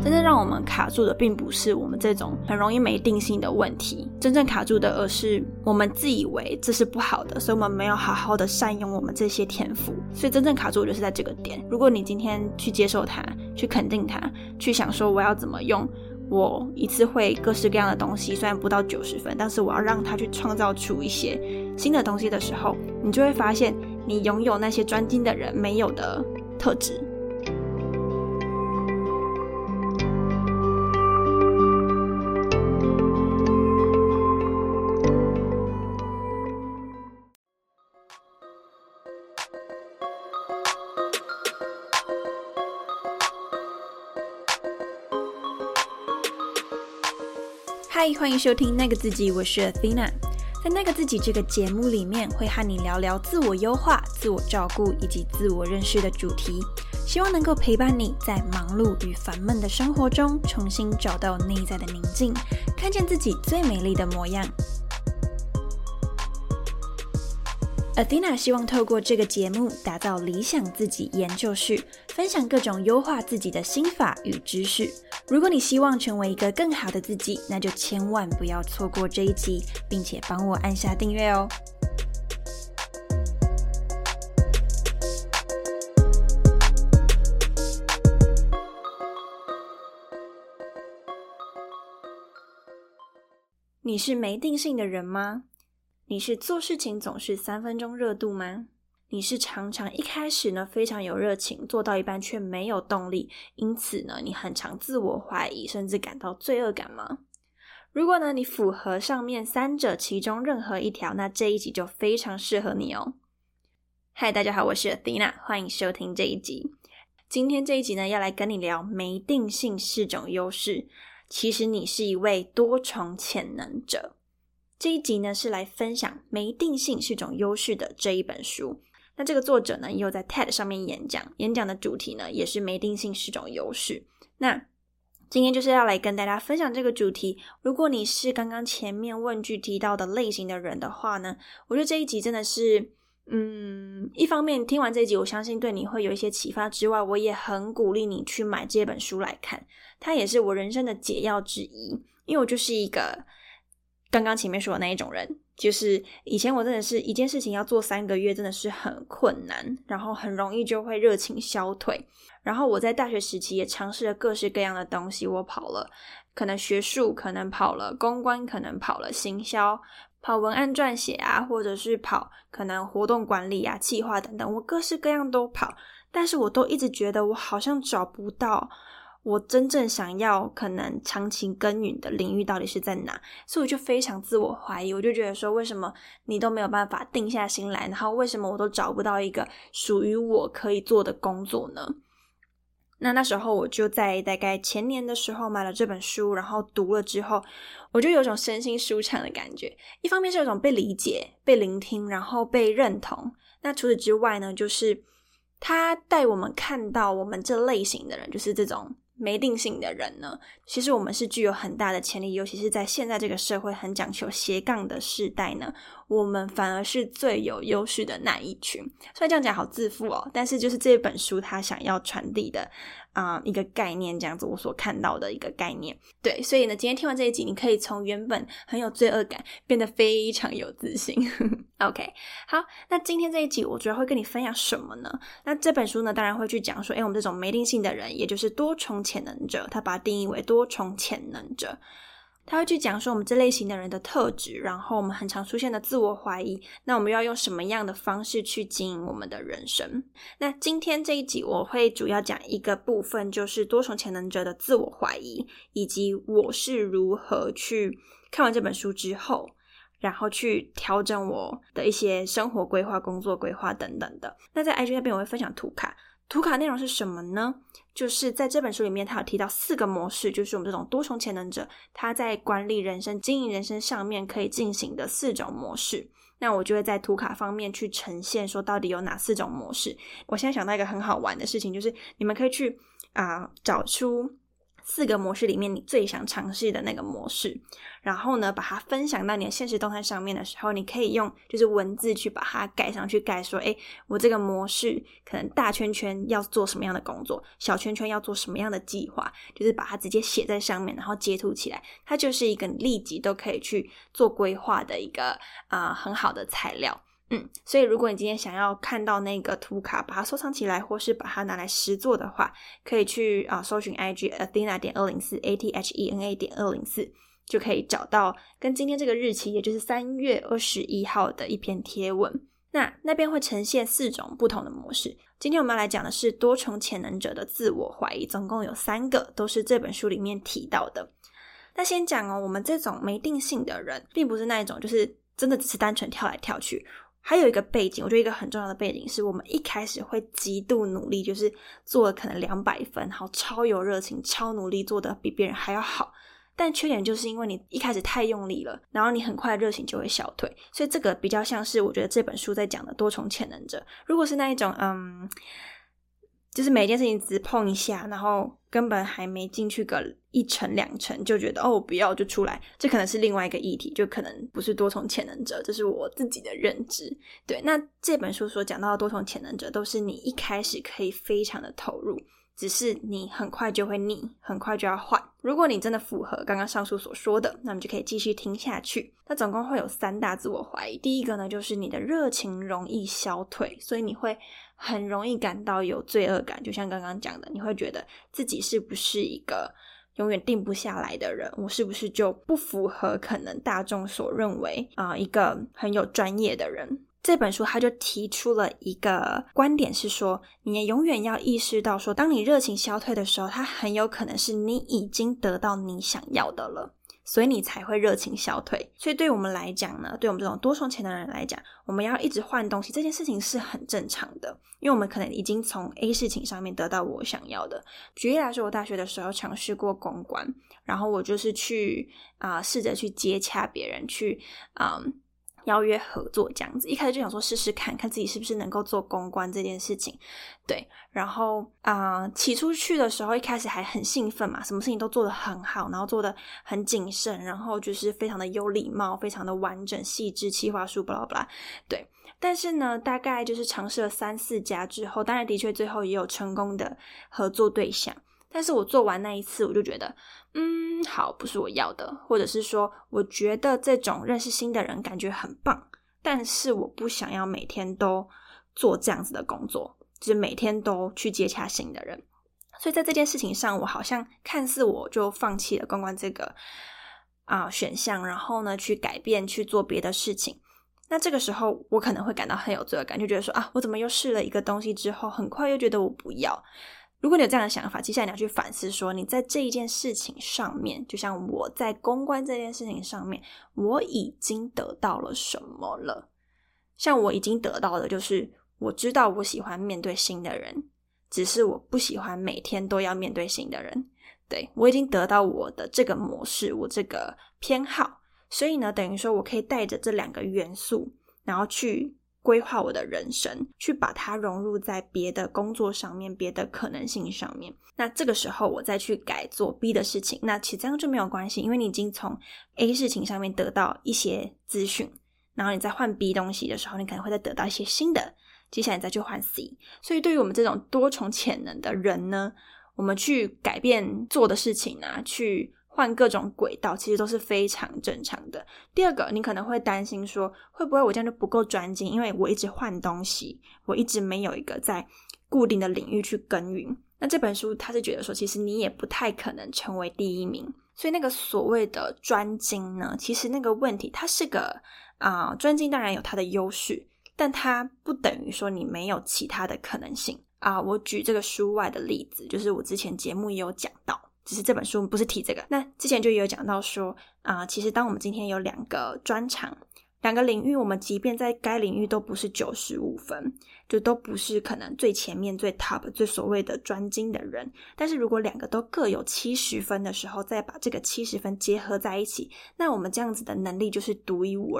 真正让我们卡住的并不是我们这种很容易没定性的问题，真正卡住的而是我们自以为这是不好的，所以我们没有好好的善用我们这些天赋。所以真正卡住的就是在这个点。如果你今天去接受它，去肯定它，去想说我要怎么用我一次会各式各样的东西，虽然不到90分，但是我要让它去创造出一些新的东西的时候，你就会发现你拥有那些专精的人没有的特质。嗨，欢迎收听那个自己，我是 Athena。 在那个自己这个节目里面，会和你聊聊自我优化、自我照顾以及自我认识的主题，希望能够陪伴你在忙碌与烦闷的生活中重新找到内在的宁静，看见自己最美丽的模样。Athena 希望透过这个节目打造理想自己研究室，分享各种优化自己的心法与知识。如果你希望成为一个更好的自己，那就千万不要错过这一集，并且帮我按下订阅哦。你是没定性的人吗？你是做事情总是3分钟热度吗？你是常常一开始呢非常有热情，做到一半却没有动力，因此呢你很常自我怀疑，甚至感到罪恶感吗？如果呢你符合上面3者其中任何一条，那这一集就非常适合你哦。嗨，大家好，我是 Athena， 欢迎收听这一集。今天这一集呢要来跟你聊没定性是种优势，其实你是一位多重潜能者。这一集呢是来分享没定性是种优势的这一本书。那这个作者呢也有在 TED 上面演讲的主题呢也是没定性是种优势。那今天就是要来跟大家分享这个主题。如果你是刚刚前面问句提到的类型的人的话呢，我觉得这一集真的是一方面听完这一集我相信对你会有一些启发之外，我也很鼓励你去买这本书来看，它也是我人生的解药之一。因为我就是一个刚刚前面说的那一种人，就是以前我真的是一件事情要做3个月真的是很困难，然后很容易就会热情消退。然后我在大学时期也尝试了各式各样的东西，我跑了可能学术，可能跑了公关，可能跑了行销，跑文案撰写啊，或者是跑可能活动管理啊、企划等等，我各式各样都跑，但是我都一直觉得我好像找不到我真正想要可能长期耕耘的领域到底是在哪，所以我就非常自我怀疑。我就觉得说，为什么你都没有办法定下心来，然后为什么我都找不到一个属于我可以做的工作呢？那时候我就在大概前年的时候买了这本书，然后读了之后我就有种身心舒畅的感觉。一方面是有种被理解、被聆听，然后被认同。那除此之外呢，就是它带我们看到我们这类型的人，就是这种没定性的人呢，其实我们是具有很大的潜力，尤其是在现在这个社会很讲求斜杠的世代呢，我们反而是最有优势的那一群。虽然这样讲好自负哦，但是就是这本书它想要传递的一个概念，这样子我所看到的一个概念。对，所以呢今天听完这一集，你可以从原本很有罪恶感变得非常有自信OK， 好，那今天这一集我主要会跟你分享什么呢？那这本书呢当然会去讲说我们这种没定性的人，也就是多重潜能者，他把它定义为多重潜能者。他会去讲说我们这类型的人的特质，然后我们很常出现的自我怀疑，那我们要用什么样的方式去经营我们的人生。那今天这一集我会主要讲一个部分，就是多重潜能者的自我怀疑，以及我是如何去看完这本书之后然后去调整我的一些生活规划、工作规划等等的。那在 IG 那边我会分享图卡内容是什么呢？就是在这本书里面他有提到4个模式，就是我们这种多重潜能者他在管理人生、经营人生上面可以进行的4种模式。那我就会在图卡方面去呈现说到底有哪4种模式。我现在想到一个很好玩的事情，就是你们可以去找出 4个模式里面你最想尝试的那个模式，然后呢把它分享到你的现实动态上面的时候，你可以用就是文字去把它盖上去，盖说我这个模式可能大圈圈要做什么样的工作，小圈圈要做什么样的计划，就是把它直接写在上面，然后截图起来，它就是一个立即都可以去做规划的一个很好的材料。所以如果你今天想要看到那个图卡，把它收藏起来，或是把它拿来实作的话，可以去搜寻 IG Athena.204 ATHENA.204， 就可以找到跟今天这个日期，也就是3月21号的一篇贴文。那边会呈现4种不同的模式。今天我们要来讲的是多重潜能者的自我怀疑，总共有3个，都是这本书里面提到的。那先讲我们这种没定性的人，并不是那一种就是真的只是单纯跳来跳去。还有一个背景，我觉得一个很重要的背景是我们一开始会极度努力，就是做了可能200分，然后超有热情，超努力，做得比别人还要好。但缺点就是因为你一开始太用力了，然后你很快的热情就会消退。所以这个比较像是我觉得这本书在讲的多重潜能者。如果是那一种就是每件事情只碰一下，然后根本还没进去个1成2成就觉得我不要就出来，这可能是另外一个议题，就可能不是多重潜能者，这是我自己的认知。对，那这本书所讲到的多重潜能者都是你一开始可以非常的投入，只是你很快就会腻，很快就要换。如果你真的符合刚刚上述所说的，那么就可以继续听下去。那总共会有3大自我怀疑。第一个呢，就是你的热情容易消退，所以你会很容易感到有罪恶感，就像刚刚讲的，你会觉得自己是不是一个永远定不下来的人，我是不是就不符合可能大众所认为一个很有专业的人。这本书他就提出了一个观点，是说你也永远要意识到说，当你热情消退的时候，它很有可能是你已经得到你想要的了，所以你才会热情消退。所以对我们来讲呢，对我们这种多重潜能的人来讲，我们要一直换东西，这件事情是很正常的，因为我们可能已经从 A 事情上面得到我想要的。举例来说，我大学的时候尝试过公关，然后我就是去试着去接洽别人，去邀约合作这样子。一开始就想说试试看自己是不是能够做公关这件事情。对，然后起初去的时候一开始还很兴奋嘛，什么事情都做得很好，然后做得很谨慎，然后就是非常的有礼貌，非常的完整细致，企划书 blah blah。 对，但是呢大概就是尝试了3-4家之后，当然的确最后也有成功的合作对象，但是我做完那一次我就觉得好，不是我要的，或者是说我觉得这种认识新的人感觉很棒，但是我不想要每天都做这样子的工作，就是每天都去接洽新的人。所以在这件事情上，我好像看似我就放弃了公关这个选项，然后呢去改变去做别的事情。那这个时候我可能会感到很有罪恶感，就觉得说我怎么又试了一个东西之后，很快又觉得我不要。如果你有这样的想法，接下来你要去反思说，你在这一件事情上面，就像我在公关这件事情上面，我已经得到了什么了？像我已经得到的就是我知道我喜欢面对新的人，只是我不喜欢每天都要面对新的人。对，我已经得到我的这个模式，我这个偏好，所以呢等于说我可以带着这2个元素，然后去规划我的人生，去把它融入在别的工作上面，别的可能性上面。那这个时候我再去改做 B 的事情，那其实这样就没有关系，因为你已经从 A 事情上面得到一些资讯，然后你再换 B 东西的时候，你可能会再得到一些新的，接下来你再去换 C。 所以对于我们这种多重潜能的人呢，我们去改变做的事情去换各种轨道，其实都是非常正常的。第二个，你可能会担心说，会不会我这样就不够专精，因为我一直换东西，我一直没有一个在固定的领域去耕耘。那这本书他是觉得说，其实你也不太可能成为第一名。所以那个所谓的专精呢，其实那个问题它是个专精当然有它的优势，但它不等于说你没有其他的可能性我举这个书外的例子，就是我之前节目也有讲到，只是这本书不是提这个。那之前就有讲到说其实当我们今天有2个专长，2个领域，我们即便在该领域都不是95分，就都不是可能最前面最 top 最所谓的专精的人，但是如果2个都各有70分的时候，再把这个70分结合在一起，那我们这样子的能力就是独一无二的。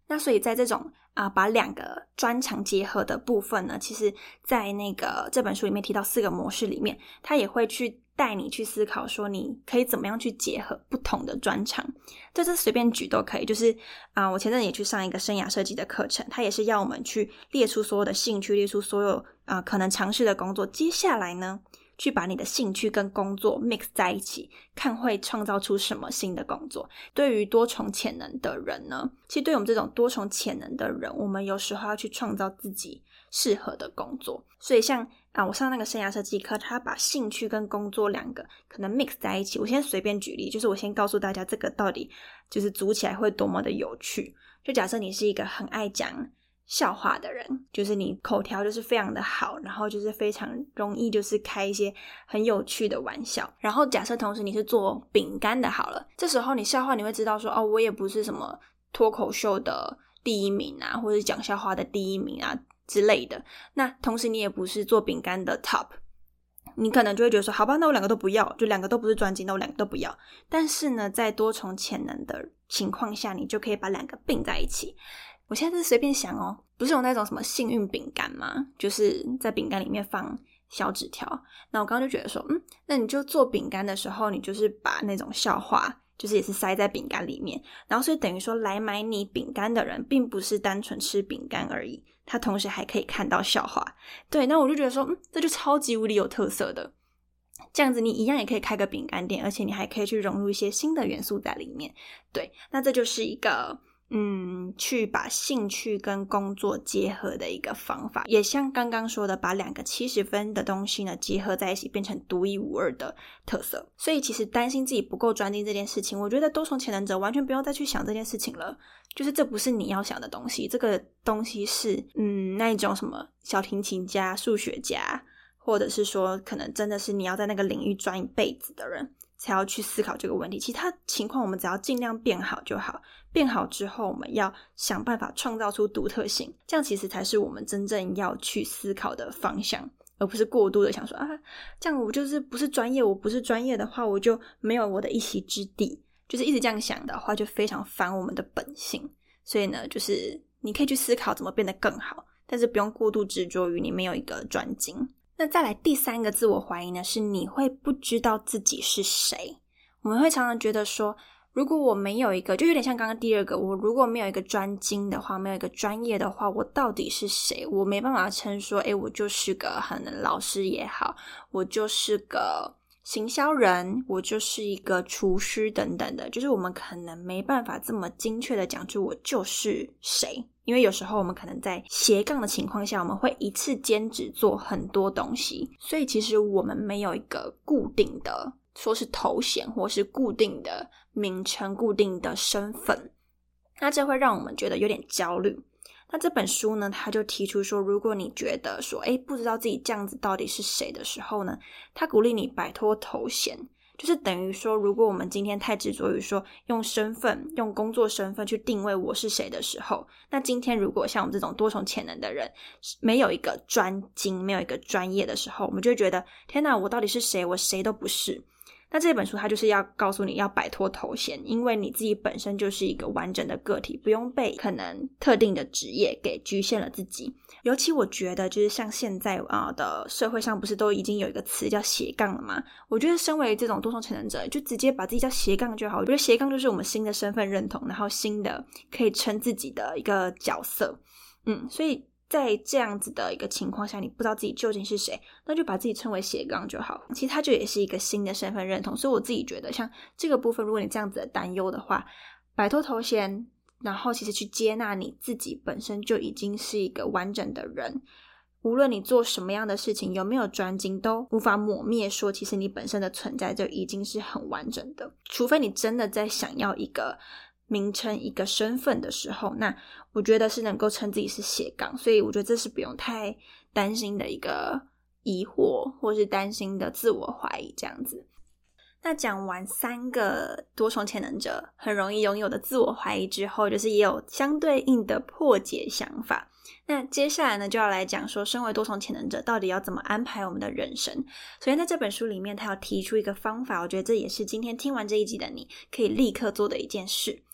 那所以在这种把两个专长结合的部分呢，其实在这本书里面提到4个模式里面，他也会去带你去思考说你可以怎么样去结合不同的专长。这随便举都可以，就是我前阵也去上一个生涯设计的课程，他也是要我们去列出所有的兴趣，列出所有可能尝试的工作，接下来呢去把你的兴趣跟工作 mix 在一起，看会创造出什么新的工作。对于多重潜能的人呢，其实对我们这种多重潜能的人，我们有时候要去创造自己适合的工作。所以像我上那个生涯设计课，他把兴趣跟工作两个可能 mix 在一起。我先随便举例，就是我先告诉大家这个到底就是组起来会多么的有趣。就假设你是一个很爱讲笑话的人，就是你口条就是非常的好，然后就是非常容易就是开一些很有趣的玩笑。然后假设同时你是做饼干的好了，这时候你笑话你会知道说我也不是什么脱口秀的第一名啊，或者讲笑话的第一名啊之类的。那同时你也不是做饼干的 top， 你可能就会觉得说好吧，那我两个都不要，就两个都不是专精，那我两个都不要。但是呢，在多重潜能的情况下，你就可以把两个并在一起。我现在是随便想不是有那种什么幸运饼干吗？就是在饼干里面放小纸条。那我刚刚就觉得说那你就做饼干的时候，你就是把那种笑话就是也是塞在饼干里面，然后所以等于说来买你饼干的人并不是单纯吃饼干而已，他同时还可以看到笑话。对，那我就觉得说这就超级无敌有特色的。这样子你一样也可以开个饼干店，而且你还可以去融入一些新的元素在里面。对，那这就是一个去把兴趣跟工作结合的一个方法，也像刚刚说的把两个70分的东西呢结合在一起，变成独一无二的特色。所以其实担心自己不够专精这件事情，我觉得多重潜能者完全不用再去想这件事情了，就是这不是你要想的东西，这个东西是那一种什么小提琴家、数学家，或者是说可能真的是你要在那个领域专一辈子的人才要去思考这个问题。其他情况我们只要尽量变好就好，变好之后我们要想办法创造出独特性，这样其实才是我们真正要去思考的方向，而不是过度的想说这样我就是不是专业，我不是专业的话我就没有我的一席之地，就是一直这样想的话就非常反我们的本性。所以呢，就是你可以去思考怎么变得更好，但是不用过度执着于你没有一个专精。那再来第3个自我怀疑呢，是你会不知道自己是谁。我们会常常觉得说，如果我没有一个，就有点像刚刚第2个，我如果没有一个专精的话，没有一个专业的话，我到底是谁？我没办法称说我就是个可能老师也好，我就是个行销人，我就是一个厨师等等的，就是我们可能没办法这么精确的讲出我就是谁。因为有时候我们可能在斜杠的情况下，我们会一次兼职做很多东西，所以其实我们没有一个固定的说是头衔或是固定的名称、固定的身份，那这会让我们觉得有点焦虑。那这本书呢，他就提出说，如果你觉得说不知道自己这样子到底是谁的时候呢，他鼓励你摆脱头衔，就是等于说，如果我们今天太执着于说用身份、用工作身份去定位我是谁的时候，那今天如果像我们这种多重潜能的人没有一个专精、没有一个专业的时候，我们就会觉得天哪，我到底是谁？我谁都不是。那这本书它就是要告诉你要摆脱头衔，因为你自己本身就是一个完整的个体，不用被可能特定的职业给局限了自己。尤其我觉得就是像现在的社会上不是都已经有一个词叫斜杠了吗？我觉得身为这种多重潜能者，就直接把自己叫斜杠就好。我觉得斜杠就是我们新的身份认同，然后新的可以称自己的一个角色。所以在这样子的一个情况下，你不知道自己究竟是谁，那就把自己称为斜杠就好。其实它就也是一个新的身份认同。所以我自己觉得像这个部分，如果你这样子的担忧的话，摆脱头衔，然后其实去接纳你自己本身就已经是一个完整的人，无论你做什么样的事情，有没有专精，都无法抹灭说其实你本身的存在就已经是很完整的。除非你真的在想要一个名称、一个身份的时候，那我觉得是能够称自己是斜杠。所以我觉得这是不用太担心的一个疑惑，或是担心的自我怀疑这样子。那讲完3个多重潜能者很容易拥有的自我怀疑之后，就是也有相对应的破解想法。那接下来呢，就要来讲说身为多重潜能者到底要怎么安排我们的人生。首先在这本书里面，他要提出一个方法，我觉得这也是今天听完这一集的你可以立刻做的一件事，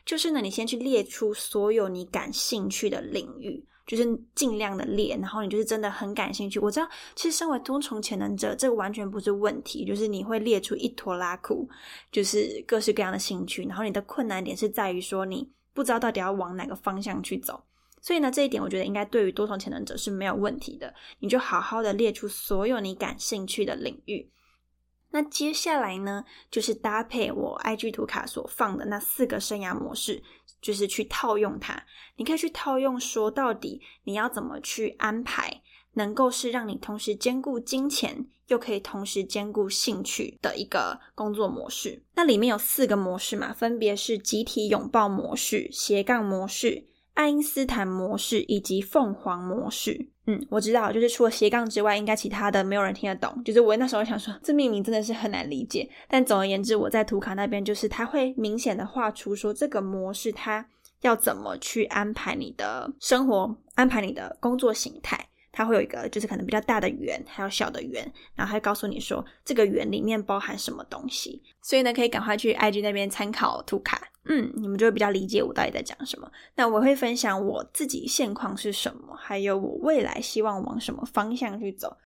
就是呢，你先去列出所有你感兴趣的领域，就是尽量的列，然后你就是真的很感兴趣。我知道其实身为多重潜能者，这个完全不是问题，就是你会列出一坨拉苦，就是各式各样的兴趣，然后你的困难点是在于说你不知道到底要往哪个方向去走。所以呢，这一点我觉得应该对于多重潜能者是没有问题的，你就好好的列出所有你感兴趣的领域。那接下来呢，就是搭配我 IG 图卡所放的那4个生涯模式，就是去套用它。你可以去套用说到底你要怎么去安排，能够是让你同时兼顾金钱又可以同时兼顾兴趣的一个工作模式。那里面有4个模式嘛，分别是集体拥抱模式、斜杠模式、爱因斯坦模式以及凤凰模式。我知道就是除了斜杠之外，应该其他的没有人听得懂，就是我那时候想说这命名真的是很难理解，但总而言之我在图卡那边就是它会明显的画出说这个模式它要怎么去安排你的生活，安排你的工作形态。它会有一个就是可能比较大的圆还有小的圆，然后它会告诉你说这个圆里面包含什么东西。所以呢可以赶快去 IG 那边参考图卡，你们就会比较理解我到底在讲什么。那我会分享我自己现况是什么，还有我未来希望往什么方向去走。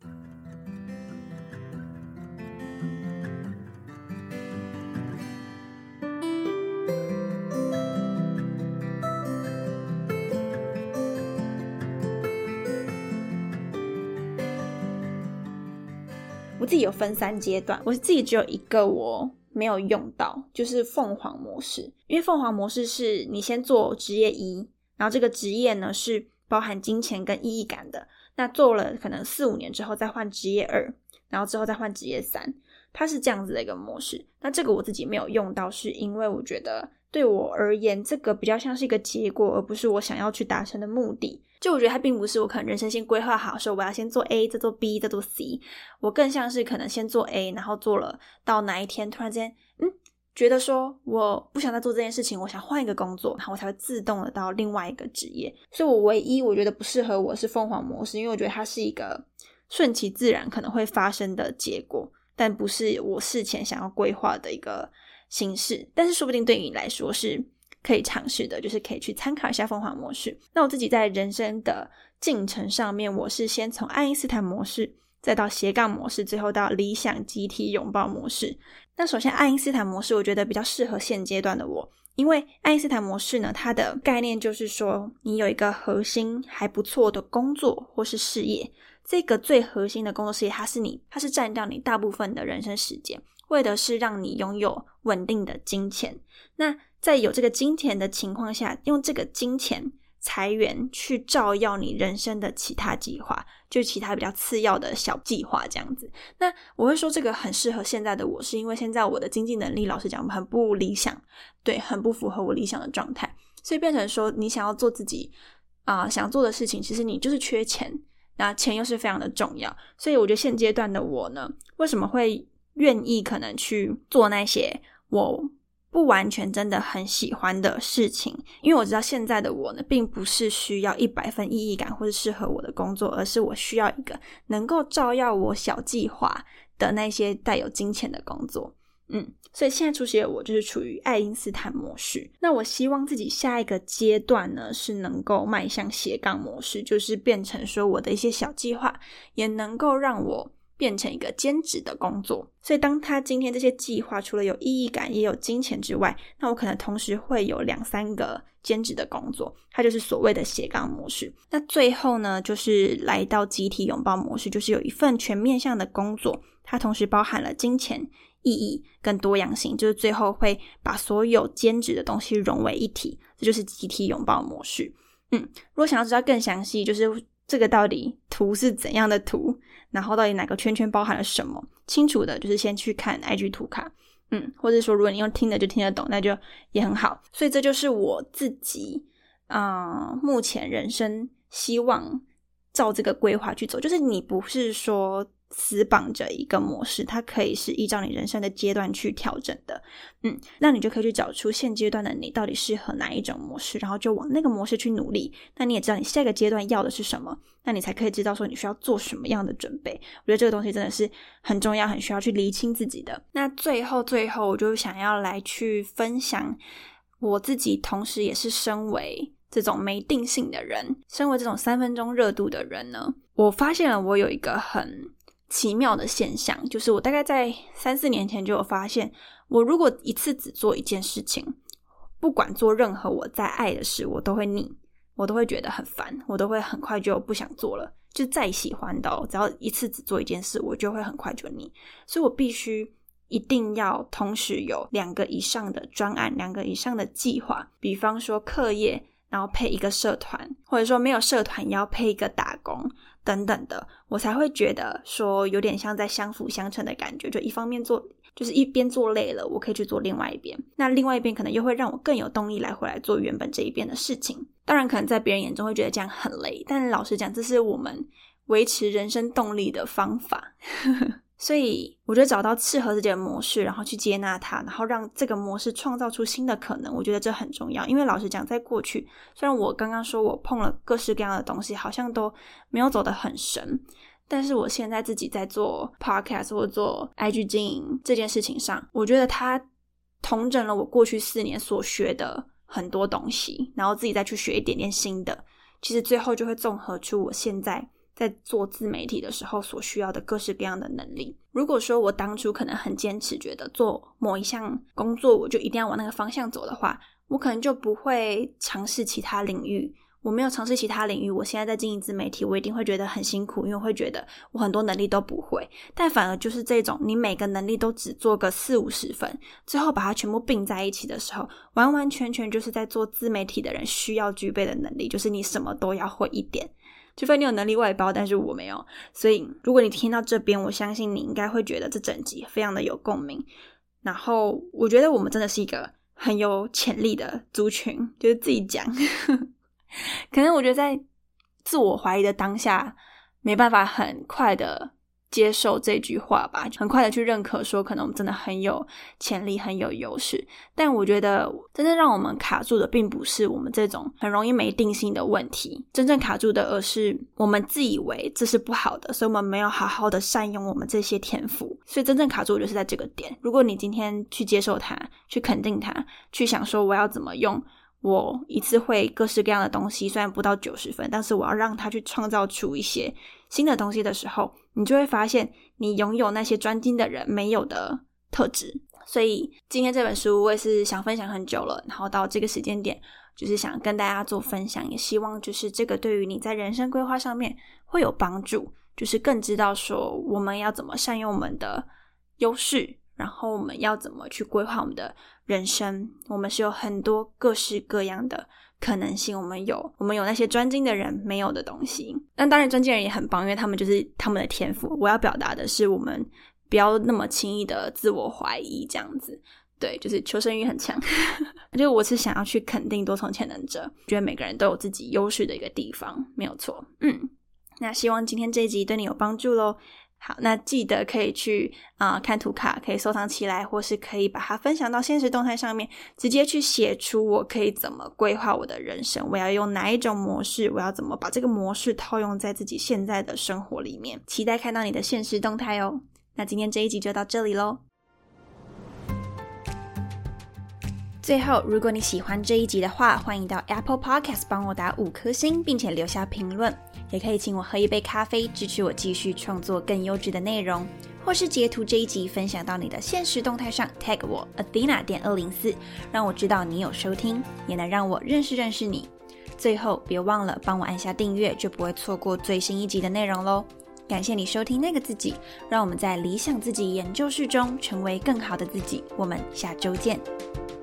我自己有分3阶段，我自己只有一个我没有用到，就是凤凰模式。因为凤凰模式是你先做职业1，然后这个职业呢是包含金钱跟意义感的，那做了可能4-5年之后再换职业2，然后之后再换职业3，它是这样子的一个模式。那这个我自己没有用到，是因为我觉得对我而言这个比较像是一个结果，而不是我想要去达成的目的。就我觉得它并不是我可能人生先规划好说我要先做 A 再做 B 再做 C， 我更像是可能先做 A， 然后做了到哪一天突然之间觉得说我不想再做这件事情，我想换一个工作，然后我才会自动的到另外一个职业。所以我唯一我觉得不适合我是凤凰模式，因为我觉得它是一个顺其自然可能会发生的结果，但不是我事前想要规划的一个形式。但是说不定对于你来说是可以尝试的，就是可以去参考一下凤凰模式。那我自己在人生的进程上面，我是先从爱因斯坦模式，再到斜杠模式，最后到理想集体拥抱模式。那首先爱因斯坦模式我觉得比较适合现阶段的我，因为爱因斯坦模式呢，它的概念就是说你有一个核心还不错的工作或是事业，这个最核心的工作事业它是占掉你大部分的人生时间，为的是让你拥有稳定的金钱。那在有这个金钱的情况下，用这个金钱财源去照耀你人生的其他计划，就是其他比较次要的小计划这样子。那我会说这个很适合现在的我，是因为现在我的经济能力老实讲很不理想，对，很不符合我理想的状态，所以变成说你想要做自己想做的事情，其实你就是缺钱，那钱又是非常的重要。所以我觉得现阶段的我呢，为什么会愿意可能去做那些我不完全真的很喜欢的事情，因为我知道现在的我呢，并不是需要100分意义感或是适合我的工作，而是我需要一个能够照耀我小计划的那些带有金钱的工作。所以现在初期的我就是处于爱因斯坦模式。那我希望自己下一个阶段呢，是能够迈向斜杠模式，就是变成说我的一些小计划也能够让我变成一个兼职的工作。所以当他今天这些计划除了有意义感也有金钱之外，那我可能同时会有2-3个兼职的工作，它就是所谓的斜杠模式。那最后呢，就是来到集体拥抱模式，就是有一份全面向的工作，它同时包含了金钱、意义跟多样性，就是最后会把所有兼职的东西融为一体，这就是集体拥抱模式。如果想要知道更详细，就是这个到底图是怎样的图，然后到底哪个圈圈包含了什么，清楚的就是先去看 IG 图卡，或者说如果你用听的就听得懂，那就也很好。所以这就是我自己目前人生希望照这个规划去走，就是你不是说死绑着一个模式，它可以是依照你人生的阶段去调整的。那你就可以去找出现阶段的你到底适合哪一种模式，然后就往那个模式去努力。那你也知道你下一个阶段要的是什么，那你才可以知道说你需要做什么样的准备。我觉得这个东西真的是很重要，很需要去厘清自己的。那最后我就想要来去分享我自己同时也是身为这种没定性的人，身为这种3分钟热度的人呢，我发现了我有一个很奇妙的现象，就是我大概在3-4年前就有发现，我如果一次只做一件事情，不管做任何我在爱的事，我都会腻，我都会觉得很烦，我都会很快就不想做了，就再喜欢的只要一次只做一件事，我就会很快就腻。所以我必须一定要同时有2个以上的专案，2个以上的计划，比方说课业然后配一个社团，或者说没有社团也要配一个打工等等的，我才会觉得说有点像在相辅相成的感觉，就一方面做，就是一边做累了，我可以去做另外一边，那另外一边可能又会让我更有动力回来做原本这一边的事情。当然可能在别人眼中会觉得这样很累，但老实讲这是我们维持人生动力的方法所以我觉得找到适合自己的模式，然后去接纳它，然后让这个模式创造出新的可能，我觉得这很重要。因为老实讲在过去，虽然我刚刚说我碰了各式各样的东西，好像都没有走得很深，但是我现在自己在做 podcast 或做 IG 经营这件事情上，我觉得它统整了我过去4年所学的很多东西，然后自己再去学一点点新的，其实最后就会综合出我现在在做自媒体的时候所需要的各式各样的能力。如果说我当初可能很坚持觉得做某一项工作我就一定要往那个方向走的话，我可能就不会尝试其他领域。我没有尝试其他领域，我现在在经营自媒体，我一定会觉得很辛苦，因为我会觉得我很多能力都不会。但反而就是这种你每个能力都只做个40-50分，最后把它全部并在一起的时候，完完全全就是在做自媒体的人需要具备的能力，就是你什么都要会一点，除非你有能力外包，但是我没有。所以如果你听到这边，我相信你应该会觉得这整集非常的有共鸣。然后我觉得我们真的是一个很有潜力的族群，就是自己讲可能我觉得在自我怀疑的当下没办法很快的接受这句话吧，很快的去认可说可能我们真的很有潜力很有优势。但我觉得真正让我们卡住的并不是我们这种很容易没定性的问题，真正卡住的而是我们自以为这是不好的，所以我们没有好好的善用我们这些天赋。所以真正卡住就是在这个点。如果你今天去接受它，去肯定它，去想说我要怎么用我一次会各式各样的东西，虽然不到90分，但是我要让它去创造出一些新的东西的时候，你就会发现你拥有那些专精的人没有的特质。所以今天这本书我也是想分享很久了，然后到这个时间点就是想跟大家做分享，也希望就是这个对于你在人生规划上面会有帮助，就是更知道说我们要怎么善用我们的优势，然后我们要怎么去规划我们的人生。我们是有很多各式各样的可能性，我们有那些专精的人没有的东西。但当然专精人也很棒，因为他们就是他们的天赋。我要表达的是我们不要那么轻易的自我怀疑这样子。对，就是求生欲很强就我是想要去肯定多重潜能者，觉得每个人都有自己优势的一个地方，没有错。那希望今天这一集对你有帮助咯。好，那记得可以去看图卡，可以收藏起来，或是可以把它分享到现实动态上面，直接去写出我可以怎么规划我的人生，我要用哪一种模式，我要怎么把这个模式套用在自己现在的生活里面。期待看到你的现实动态哦。那今天这一集就到这里咯。最后，如果你喜欢这一集的话，欢迎到 Apple Podcast 帮我打5颗星，并且留下评论，也可以请我喝一杯咖啡，支持我继续创作更优质的内容，或是截图这一集分享到你的现实动态上 tag 我 Athena.204， 让我知道你有收听，也能让我认识你。最后别忘了帮我按下订阅，就不会错过最新一集的内容咯。感谢你收听那个自己，让我们在理想自己研究室中成为更好的自己。我们下周见。